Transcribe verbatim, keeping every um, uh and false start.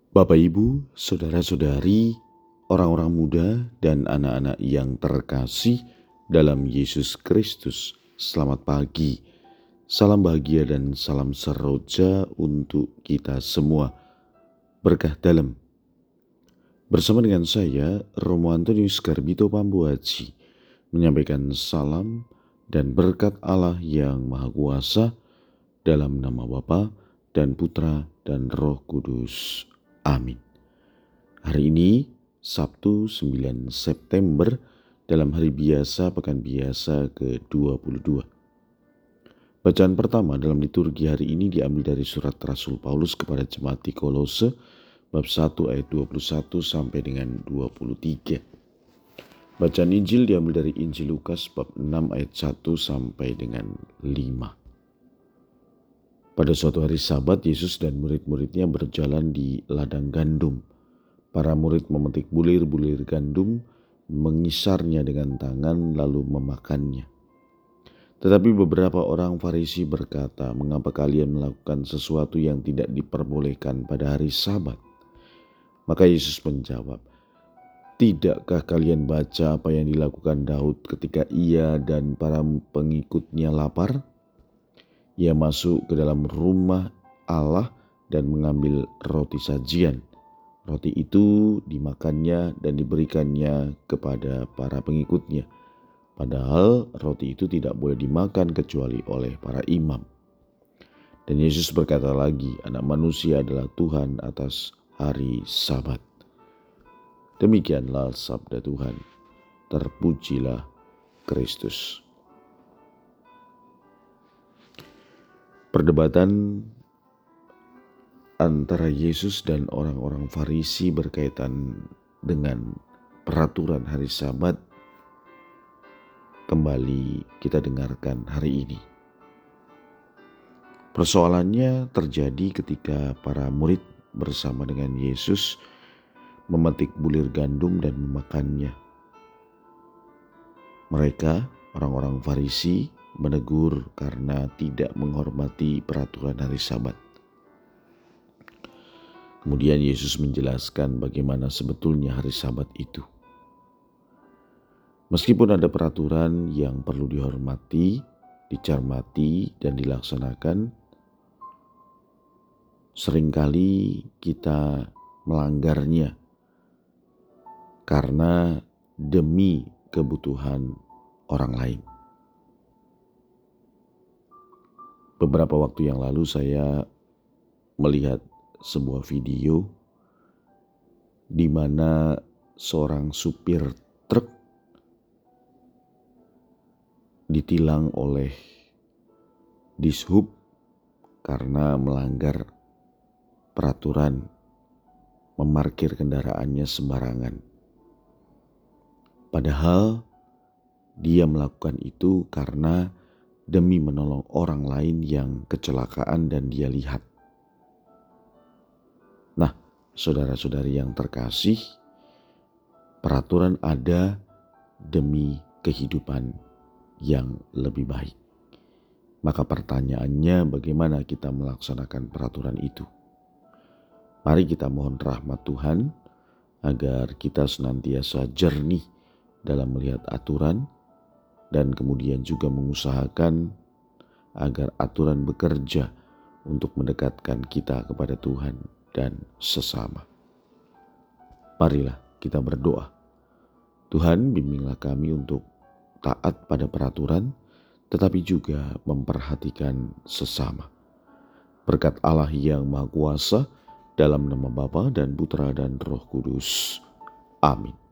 Bapak, Ibu, saudara-saudari, orang-orang muda dan anak-anak yang terkasih dalam Yesus Kristus, selamat pagi. Salam bahagia dan salam seroja untuk kita semua. Berkah dalam. Bersama dengan saya, Romo Antonius Garbito Pambuaji, menyampaikan salam dan berkat Allah yang Maha Kuasa dalam nama Bapa dan Putra dan Roh Kudus. Amin. Hari ini Sabtu sembilan September dalam hari biasa pekan biasa ke dua puluh dua. Bacaan pertama dalam liturgi hari ini diambil dari surat Rasul Paulus kepada jemaat di Kolose bab satu ayat dua puluh satu sampai dengan dua puluh tiga. Bacaan Injil diambil dari Injil Lukas bab enam ayat satu sampai dengan lima. Pada suatu hari Sabat, Yesus dan murid-muridnya berjalan di ladang gandum. Para murid memetik bulir-bulir gandum, mengisarnya dengan tangan lalu memakannya. Tetapi beberapa orang Farisi berkata, "Mengapa kalian melakukan sesuatu yang tidak diperbolehkan pada hari Sabat?" Maka Yesus menjawab, "Tidakkah kalian baca apa yang dilakukan Daud ketika ia dan para pengikutnya lapar? Ia masuk ke dalam rumah Allah dan mengambil roti sajian. Roti itu dimakannya dan diberikannya kepada para pengikutnya. Padahal roti itu tidak boleh dimakan kecuali oleh para imam." Dan Yesus berkata lagi, "Anak manusia adalah Tuhan atas hari Sabat." Demikianlah sabda Tuhan. Terpujilah Kristus. Perdebatan antara Yesus dan orang-orang Farisi berkaitan dengan peraturan hari Sabat kembali kita dengarkan hari ini. Persoalannya terjadi ketika para murid bersama dengan Yesus memetik bulir gandum dan memakannya. Mereka, orang-orang Farisi, menegur karena tidak menghormati peraturan hari Sabat. Kemudian Yesus menjelaskan bagaimana sebetulnya hari Sabat itu. Meskipun ada peraturan yang perlu dihormati, dicermati, dan dilaksanakan, seringkali kita melanggarnya karena demi kebutuhan orang lain. Beberapa waktu yang lalu saya melihat sebuah video di mana seorang supir truk ditilang oleh Dishub karena melanggar peraturan memarkir kendaraannya sembarangan. Padahal dia melakukan itu karena demi menolong orang lain yang kecelakaan dan dia lihat. Nah, saudara-saudari yang terkasih, peraturan ada demi kehidupan yang lebih baik. Maka pertanyaannya, bagaimana kita melaksanakan peraturan itu? Mari kita mohon rahmat Tuhan agar kita senantiasa jernih dalam melihat aturan dan kemudian juga mengusahakan agar aturan bekerja untuk mendekatkan kita kepada Tuhan dan sesama. Marilah kita berdoa. Tuhan, bimbinglah kami untuk taat pada peraturan, tetapi juga memperhatikan sesama. Berkat Allah yang Maha Kuasa, dalam nama Bapa dan Putra dan Roh Kudus. Amin.